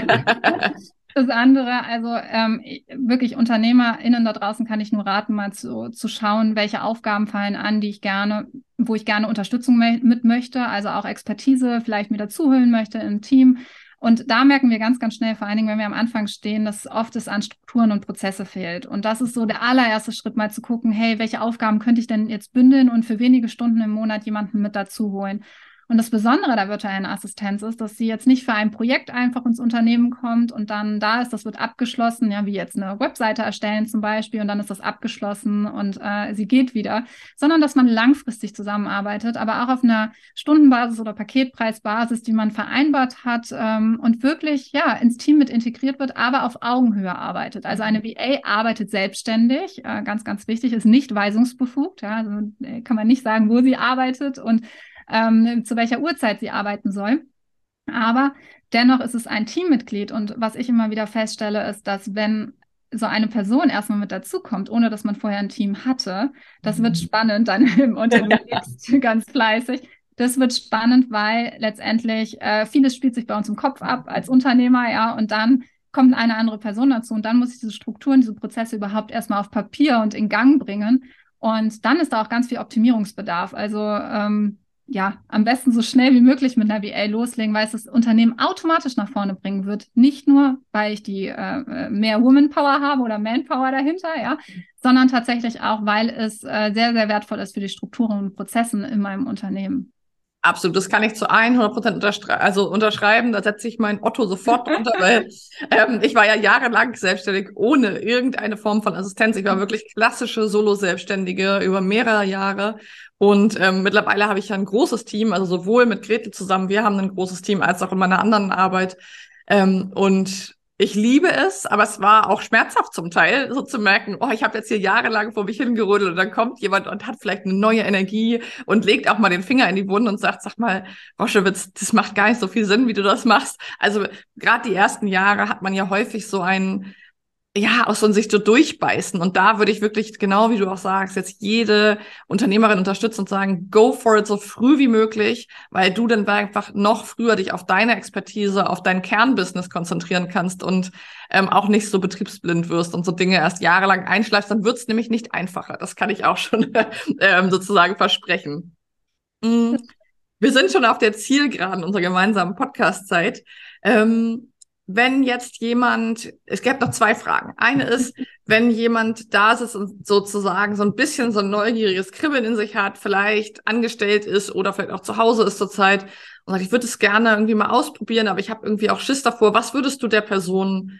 Speaker 2: Das andere, also ähm, wirklich UnternehmerInnen da draußen kann ich nur raten, mal zu, zu schauen, welche Aufgaben fallen an, die ich gerne, wo ich gerne Unterstützung mit möchte, also auch Expertise vielleicht mir dazuholen möchte im Team. Und da merken wir ganz, ganz schnell, vor allen Dingen, wenn wir am Anfang stehen, dass oft es an Strukturen und Prozesse fehlt. Und das ist so der allererste Schritt, mal zu gucken, hey, welche Aufgaben könnte ich denn jetzt bündeln und für wenige Stunden im Monat jemanden mit dazu holen. Und das Besondere der virtuellen Assistenz ist, dass sie jetzt nicht für ein Projekt einfach ins Unternehmen kommt und dann da ist, das wird abgeschlossen, ja, wie jetzt eine Webseite erstellen zum Beispiel und dann ist das abgeschlossen und äh, sie geht wieder, sondern dass man langfristig zusammenarbeitet, aber auch auf einer Stundenbasis oder Paketpreisbasis, die man vereinbart hat ähm, und wirklich, ja, ins Team mit integriert wird, aber auf Augenhöhe arbeitet. Also eine V A arbeitet selbstständig, äh, ganz, ganz wichtig, ist nicht weisungsbefugt, ja, also kann man nicht sagen, wo sie arbeitet und Ähm, zu welcher Uhrzeit sie arbeiten soll. Aber dennoch ist es ein Teammitglied. Und was ich immer wieder feststelle, ist, dass wenn so eine Person erstmal mit dazukommt, ohne dass man vorher ein Team hatte, das wird spannend dann im Unternehmen ganz fleißig. Das wird spannend, weil letztendlich äh, vieles spielt sich bei uns im Kopf ab als Unternehmer, ja, und dann kommt eine andere Person dazu und dann muss ich diese Strukturen, diese Prozesse überhaupt erstmal auf Papier und in Gang bringen. Und dann ist da auch ganz viel Optimierungsbedarf. Also ähm, ja, am besten so schnell wie möglich mit einer V A loslegen, weil es das Unternehmen automatisch nach vorne bringen wird. Nicht nur, weil ich die äh, mehr Womanpower habe oder Manpower dahinter, ja, sondern tatsächlich auch, weil es äh, sehr, sehr wertvoll ist für die Strukturen und Prozessen in meinem Unternehmen.
Speaker 1: Absolut, das kann ich zu hundert Prozent unterschrei also unterschreiben. Da setze ich meinen Otto sofort drunter, weil ähm, ich war ja jahrelang selbstständig ohne irgendeine Form von Assistenz. Ich war wirklich klassische Solo-Selbstständige über mehrere Jahre. Und ähm, mittlerweile habe ich ja ein großes Team, also sowohl mit Gretel zusammen, wir haben ein großes Team, als auch in meiner anderen Arbeit. Ähm, und ich liebe es, aber es war auch schmerzhaft zum Teil, so zu merken, oh, ich habe jetzt hier jahrelang vor mich hingerödelt und dann kommt jemand und hat vielleicht eine neue Energie und legt auch mal den Finger in die Wunde und sagt, sag mal, Roschewitz, das macht gar nicht so viel Sinn, wie du das machst. Also gerade die ersten Jahre hat man ja häufig so einen, ja, aus so einer Sicht so durchbeißen. Und da würde ich wirklich, genau wie du auch sagst, jetzt jede Unternehmerin unterstützen und sagen, go for it so früh wie möglich, weil du dann einfach noch früher dich auf deine Expertise, auf dein Kernbusiness konzentrieren kannst und ähm, auch nicht so betriebsblind wirst und so Dinge erst jahrelang einschleifst, dann wird's nämlich nicht einfacher. Das kann ich auch schon ähm, sozusagen versprechen. Mm. Wir sind schon auf der Zielgeraden unserer gemeinsamen Podcast-Zeit. Ähm, wenn jetzt jemand, es gäbe noch zwei Fragen. Eine ist, wenn jemand da sitzt und sozusagen so ein bisschen so ein neugieriges Kribbeln in sich hat, vielleicht angestellt ist oder vielleicht auch zu Hause ist zurzeit und sagt, ich würde es gerne irgendwie mal ausprobieren, aber ich habe irgendwie auch Schiss davor. Was würdest du der Person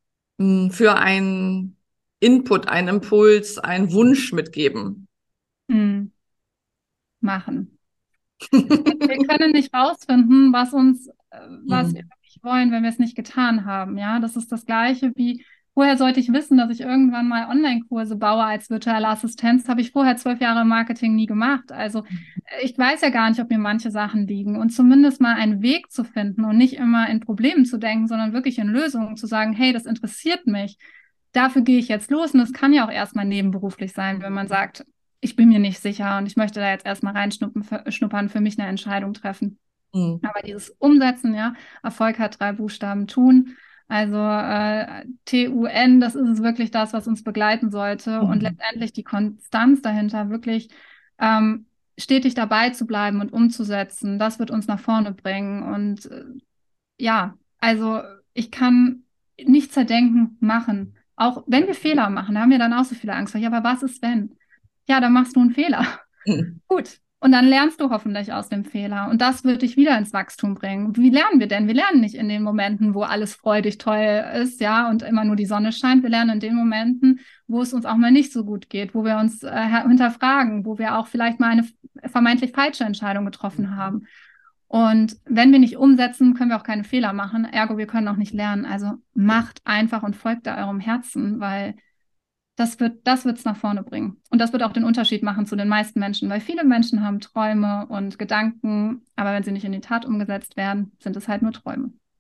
Speaker 1: mh, für einen Input, einen Impuls, einen Wunsch mitgeben?
Speaker 2: Hm. Machen. Wir können nicht rausfinden, was uns, äh, was wir wirklich wollen, wenn wir es nicht getan haben. Ja, das ist das Gleiche wie, woher sollte ich wissen, dass ich irgendwann mal Online-Kurse baue als virtuelle Assistenz? Habe ich vorher zwölf Jahre im Marketing nie gemacht. Also äh, ich weiß ja gar nicht, ob mir manche Sachen liegen. Und zumindest mal einen Weg zu finden und nicht immer in Problemen zu denken, sondern wirklich in Lösungen zu sagen, hey, das interessiert mich. Dafür gehe ich jetzt los. Und das kann ja auch erstmal nebenberuflich sein, wenn man sagt, ich bin mir nicht sicher und ich möchte da jetzt erstmal reinschnuppern, für mich eine Entscheidung treffen. Mhm. Aber dieses Umsetzen, ja, Erfolg hat drei Buchstaben, tun. Also äh, T U N, das ist es wirklich das, was uns begleiten sollte. Mhm. Und letztendlich die Konstanz dahinter, wirklich ähm, stetig dabei zu bleiben und umzusetzen, das wird uns nach vorne bringen. Und äh, ja, also ich kann nicht zerdenken, machen. Auch wenn wir Fehler machen, da haben wir dann auch so viele Angst vor. Ja, aber was ist, wenn? Ja, dann machst du einen Fehler. Mhm. Gut. Und dann lernst du hoffentlich aus dem Fehler. Und das wird dich wieder ins Wachstum bringen. Wie lernen wir denn? Wir lernen nicht in den Momenten, wo alles freudig, toll ist, ja, und immer nur die Sonne scheint. Wir lernen in den Momenten, wo es uns auch mal nicht so gut geht, wo wir uns äh, hinterfragen, wo wir auch vielleicht mal eine vermeintlich falsche Entscheidung getroffen haben. Und wenn wir nicht umsetzen, können wir auch keine Fehler machen. Ergo, wir können auch nicht lernen. Also macht einfach und folgt da eurem Herzen, weil Das wird, das wird's nach vorne bringen. Und das wird auch den Unterschied machen zu den meisten Menschen, weil viele Menschen haben Träume und Gedanken, aber wenn sie nicht in die Tat umgesetzt werden, sind es halt nur Träume.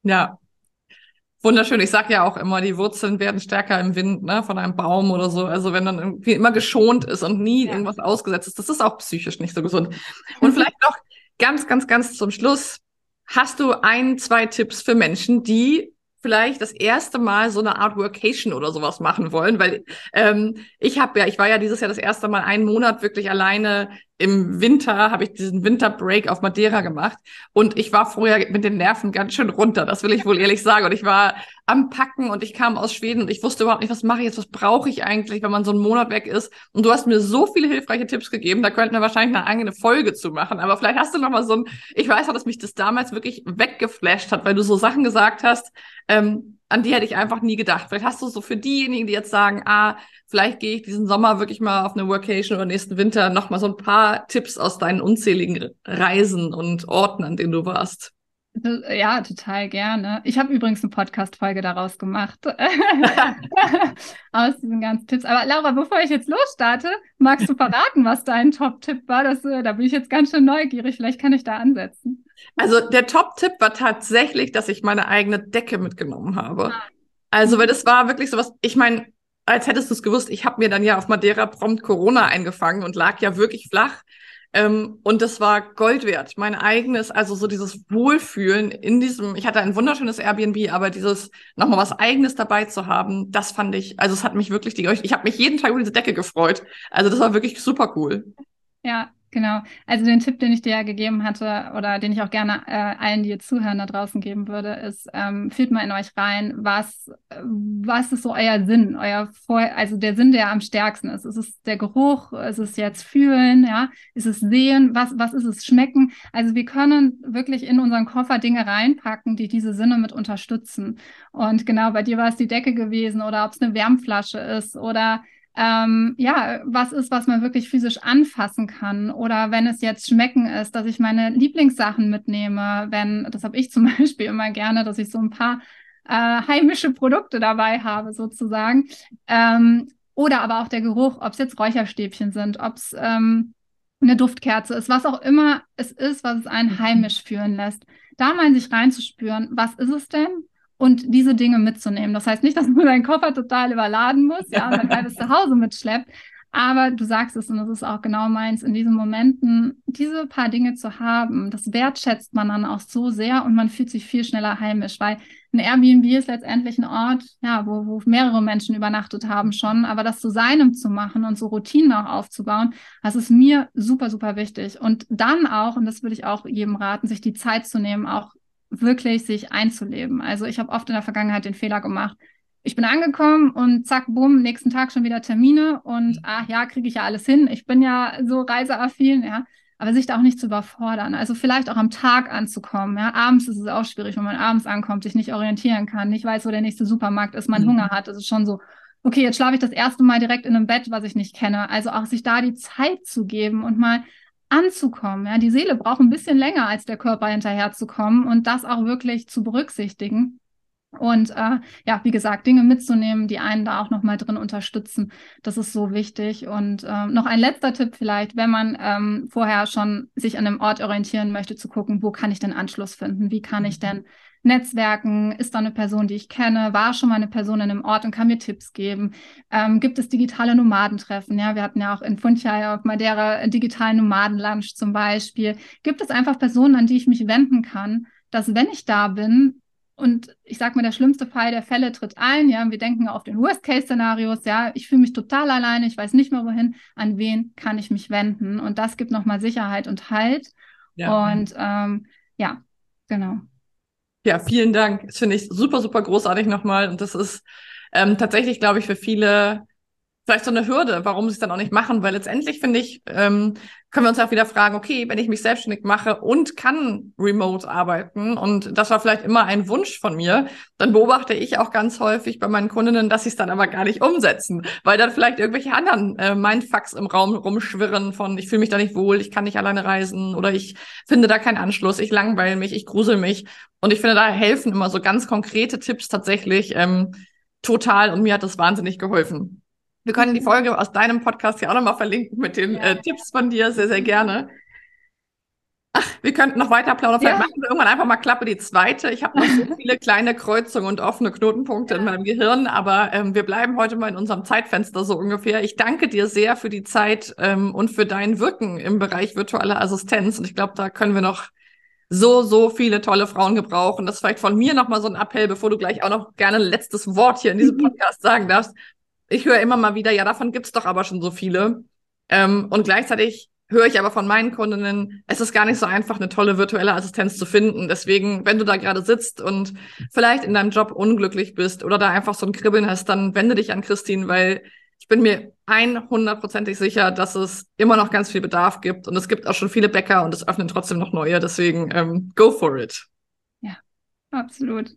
Speaker 1: Ja, wunderschön. Ich sage ja auch immer, die Wurzeln werden stärker im Wind, ne, von einem Baum oder so. Also wenn dann irgendwie immer geschont ist und nie
Speaker 2: Ja.
Speaker 1: irgendwas ausgesetzt ist, das ist auch psychisch nicht so gesund. Und vielleicht noch ganz, ganz, ganz zum Schluss. Hast du ein, zwei Tipps für Menschen, die vielleicht das erste Mal so eine Art Workation oder sowas machen wollen? Weil ähm, ich habe ja, ich war ja dieses Jahr das erste Mal einen Monat wirklich alleine im Winter, habe ich diesen Winterbreak auf Madeira gemacht. Und ich war vorher mit den Nerven ganz schön runter, das will ich wohl ehrlich sagen. Und ich war am Packen und ich kam aus Schweden und ich wusste überhaupt nicht, was mache ich jetzt, was brauche ich eigentlich, wenn man so einen Monat weg ist. Und du hast mir so viele hilfreiche Tipps gegeben, da könnten wir wahrscheinlich eine eigene Folge zu machen. Aber vielleicht hast du noch mal so ein, ich weiß auch, dass mich das damals wirklich weggeflasht hat, weil du so Sachen gesagt hast, ähm, an die hätte ich einfach nie gedacht. Vielleicht hast du so für diejenigen, die jetzt sagen, ah, vielleicht gehe ich diesen Sommer wirklich mal auf eine Workation oder nächsten Winter, noch mal so ein paar Tipps aus deinen unzähligen Reisen und Orten, an denen du warst.
Speaker 2: Ja, total gerne. Ich habe übrigens eine Podcast-Folge daraus gemacht. Aus diesen ganzen Tipps. Aber Laura, bevor ich jetzt losstarte, magst du verraten, was dein Top-Tipp war? Das, äh, da bin ich jetzt ganz schön neugierig. Vielleicht kann ich da ansetzen.
Speaker 1: Also der Top-Tipp war tatsächlich, dass ich meine eigene Decke mitgenommen habe. Also, weil
Speaker 2: Mhm.
Speaker 1: das war wirklich sowas, ich meine, als hättest du es gewusst, ich habe mir dann ja auf Madeira prompt Corona eingefangen und lag ja wirklich flach. Ähm, und das war Gold wert. Mein eigenes, also so dieses Wohlfühlen in diesem, ich hatte ein wunderschönes Airbnb, aber dieses nochmal was Eigenes dabei zu haben, das fand ich, also es hat mich wirklich, die, ich habe mich jeden Tag über diese Decke gefreut. Also das war wirklich super cool.
Speaker 2: Ja, genau. Also den Tipp, den ich dir ja gegeben hatte oder den ich auch gerne äh, allen, die jetzt zuhören, da draußen geben würde, ist, ähm, fühlt mal in euch rein, was, äh, was ist so euer Sinn, euer Vor also der Sinn, der am stärksten ist. Ist es der Geruch? Ist es jetzt Fühlen? Ja? Ist es Sehen? Was, was ist es? Schmecken? Also wir können wirklich in unseren Koffer Dinge reinpacken, die diese Sinne mit unterstützen. Und genau, bei dir war es die Decke gewesen oder ob es eine Wärmflasche ist oder ähm, ja, was ist, was man wirklich physisch anfassen kann. Oder wenn es jetzt Schmecken ist, dass ich meine Lieblingssachen mitnehme, wenn, das habe ich zum Beispiel immer gerne, dass ich so ein paar äh, heimische Produkte dabei habe, sozusagen. Ähm, oder aber auch der Geruch, ob es jetzt Räucherstäbchen sind, ob es ähm, eine Duftkerze ist, was auch immer es ist, was es einen heimisch fühlen lässt. Da mal in sich reinzuspüren, was ist es denn? Und diese Dinge mitzunehmen. Das heißt nicht, dass man deinen Koffer total überladen muss, ja, und dann halbes zu Hause mitschleppt. Aber du sagst es, und das ist auch genau meins, in diesen Momenten diese paar Dinge zu haben, das wertschätzt man dann auch so sehr und man fühlt sich viel schneller heimisch, weil ein Airbnb ist letztendlich ein Ort, ja, wo, wo mehrere Menschen übernachtet haben schon, aber das zu seinem zu machen und so Routinen auch aufzubauen, das ist mir super, super wichtig. Und dann auch, und das würde ich auch jedem raten, sich die Zeit zu nehmen, auch wirklich sich einzuleben. Also ich habe oft in der Vergangenheit den Fehler gemacht. Ich bin angekommen und zack, bumm, nächsten Tag schon wieder Termine und ach ja, kriege ich ja alles hin. Ich bin ja so reiseaffin, ja. Aber sich da auch nicht zu überfordern. Also vielleicht auch am Tag anzukommen. Ja. Abends ist es auch schwierig, wenn man abends ankommt, sich nicht orientieren kann, nicht weiß, wo der nächste Supermarkt ist, man
Speaker 1: Mhm.
Speaker 2: Hunger hat. Es ist schon so, okay, jetzt schlafe ich das erste Mal direkt in einem Bett, was ich nicht kenne. Also auch sich da die Zeit zu geben und mal anzukommen. Ja, die Seele braucht ein bisschen länger, als der Körper hinterherzukommen und das auch wirklich zu berücksichtigen. Und äh, ja, wie gesagt, Dinge mitzunehmen, die einen da auch nochmal drin unterstützen, das ist so wichtig. Und äh, noch ein letzter Tipp vielleicht, wenn man ähm, vorher schon sich an einem Ort orientieren möchte, zu gucken, wo kann ich denn Anschluss finden? Wie kann ich denn Netzwerken? Ist da eine Person, die ich kenne? War schon mal eine Person in einem Ort und kann mir Tipps geben? Ähm, gibt es digitale Nomadentreffen? Ja, wir hatten ja auch in Funchal auf Madeira einen digitalen Nomadenlunch zum Beispiel. Gibt es einfach Personen, an die ich mich wenden kann, dass wenn ich da bin, und ich sage mal, der schlimmste Fall der Fälle tritt ein, ja, wir denken auf den Worst-Case-Szenarios, ja, ich fühle mich total alleine, ich weiß nicht mehr wohin, an wen kann ich mich wenden? Und das gibt nochmal Sicherheit und Halt.
Speaker 1: Ja.
Speaker 2: Und ähm, ja, genau.
Speaker 1: Ja, vielen Dank. Das finde ich super, super großartig nochmal. Und das ist ähm, tatsächlich, glaube ich, für viele vielleicht so eine Hürde, warum sie es dann auch nicht machen, weil letztendlich finde ich, ähm, können wir uns auch wieder fragen, okay, wenn ich mich selbstständig mache und kann remote arbeiten und das war vielleicht immer ein Wunsch von mir, dann beobachte ich auch ganz häufig bei meinen Kundinnen, dass sie es dann aber gar nicht umsetzen, weil dann vielleicht irgendwelche anderen äh, Mindfucks im Raum rumschwirren von, ich fühle mich da nicht wohl, ich kann nicht alleine reisen oder ich finde da keinen Anschluss, ich langweile mich, ich grusel mich und ich finde, da helfen immer so ganz konkrete Tipps tatsächlich ähm, total und mir hat das wahnsinnig geholfen. Wir können die Folge aus deinem Podcast ja auch nochmal verlinken mit den
Speaker 2: Ja.
Speaker 1: äh, Tipps von dir, sehr, sehr gerne. Wir könnten noch weiter plaudern. Vielleicht
Speaker 2: Ja.
Speaker 1: machen wir irgendwann einfach mal Klappe die zweite. Ich habe noch so viele kleine Kreuzungen und offene Knotenpunkte ja. in meinem Gehirn, aber ähm, wir bleiben heute mal in unserem Zeitfenster so ungefähr. Ich danke dir sehr für die Zeit ähm, und für dein Wirken im Bereich virtuelle Assistenz. Und ich glaube, da können wir noch so, so viele tolle Frauen gebrauchen. Das ist vielleicht von mir nochmal so ein Appell, bevor du gleich auch noch gerne ein letztes Wort hier in diesem Podcast sagen darfst. Ich höre immer mal wieder, ja, davon gibt's doch aber schon so viele. Ähm, und gleichzeitig höre ich aber von meinen Kundinnen, es ist gar nicht so einfach, eine tolle virtuelle Assistenz zu finden. Deswegen, wenn du da gerade sitzt und vielleicht in deinem Job unglücklich bist oder da einfach so ein Kribbeln hast, dann wende dich an Christine, weil ich bin mir hundertprozentig sicher, dass es immer noch ganz viel Bedarf gibt. Und es gibt auch schon viele Bäcker und es öffnen trotzdem noch neue. Deswegen, ähm, go for it.
Speaker 2: Ja, absolut.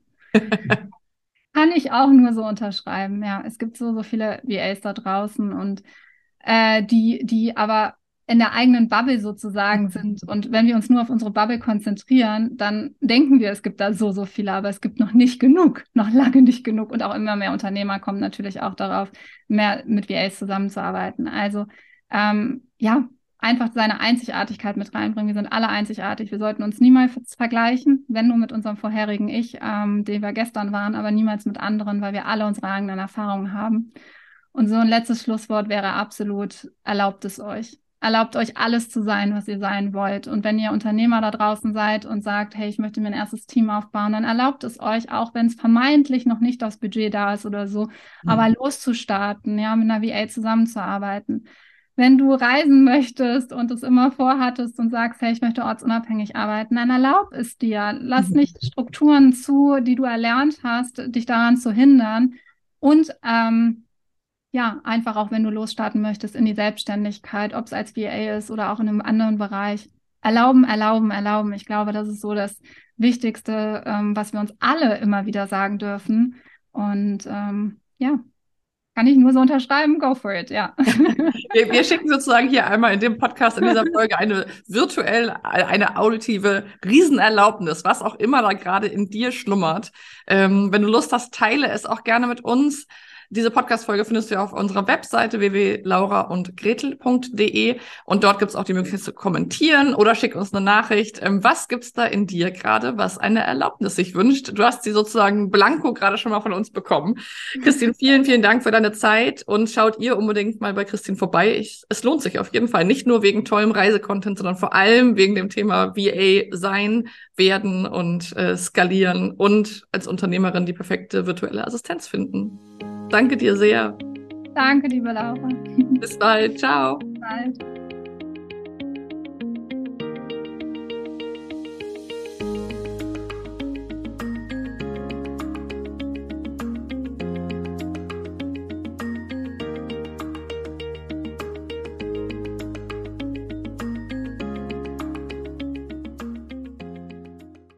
Speaker 2: Kann ich auch nur so unterschreiben. Ja, es gibt so, so viele V As da draußen und äh, die, die aber in der eigenen Bubble sozusagen sind. Und wenn wir uns nur auf unsere Bubble konzentrieren, dann denken wir, es gibt da so, so viele, aber es gibt noch nicht genug, noch lange nicht genug. Und auch immer mehr Unternehmer kommen natürlich auch darauf, mehr mit V As zusammenzuarbeiten. Also ähm, ja, einfach seine Einzigartigkeit mit reinbringen. Wir sind alle einzigartig. Wir sollten uns niemals vergleichen, wenn nur mit unserem vorherigen Ich, ähm, den wir gestern waren, aber niemals mit anderen, weil wir alle unsere eigenen Erfahrungen haben. Und so ein letztes Schlusswort wäre absolut, erlaubt es euch. Erlaubt euch alles zu sein, was ihr sein wollt. Und wenn ihr Unternehmer da draußen seid und sagt, hey, ich möchte mir ein erstes Team aufbauen, dann erlaubt es euch, auch wenn es vermeintlich noch nicht das Budget da ist oder so, mhm. aber loszustarten, ja, mit einer V A zusammenzuarbeiten. Wenn du reisen möchtest und es immer vorhattest und sagst, hey, ich möchte ortsunabhängig arbeiten, dann erlaub es dir. Lass nicht Strukturen zu, die du erlernt hast, dich daran zu hindern. Und ähm, ja, einfach auch, wenn du losstarten möchtest in die Selbstständigkeit, ob es als V A ist oder auch in einem anderen Bereich. Erlauben, erlauben, erlauben. Ich glaube, das ist so das Wichtigste, ähm, was wir uns alle immer wieder sagen dürfen. Und ähm, ja, kann ich nur so unterschreiben, go for it, ja.
Speaker 1: Wir, wir schicken sozusagen hier einmal in dem Podcast, in dieser Folge, eine virtuell, eine auditive Riesenerlaubnis, was auch immer da gerade in dir schlummert. Ähm, wenn du Lust hast, teile es auch gerne mit uns. Diese Podcast-Folge findest du auf unserer Webseite w w w punkt laura und gretel punkt d e und dort gibt es auch die Möglichkeit zu kommentieren oder schick uns eine Nachricht. Ähm, was gibt's da in dir gerade, was eine Erlaubnis sich wünscht? Du hast sie sozusagen blanko gerade schon mal von uns bekommen. Christine, vielen, vielen Dank für deine Zeit und schaut ihr unbedingt mal bei Christine vorbei. Ich, es lohnt sich auf jeden Fall, nicht nur wegen tollem Reisecontent, sondern vor allem wegen dem Thema V A sein, werden und äh, skalieren und als Unternehmerin die perfekte virtuelle Assistenz finden. Danke dir sehr.
Speaker 2: Danke, liebe Laura.
Speaker 1: Bis bald. Ciao.
Speaker 2: Bis bald.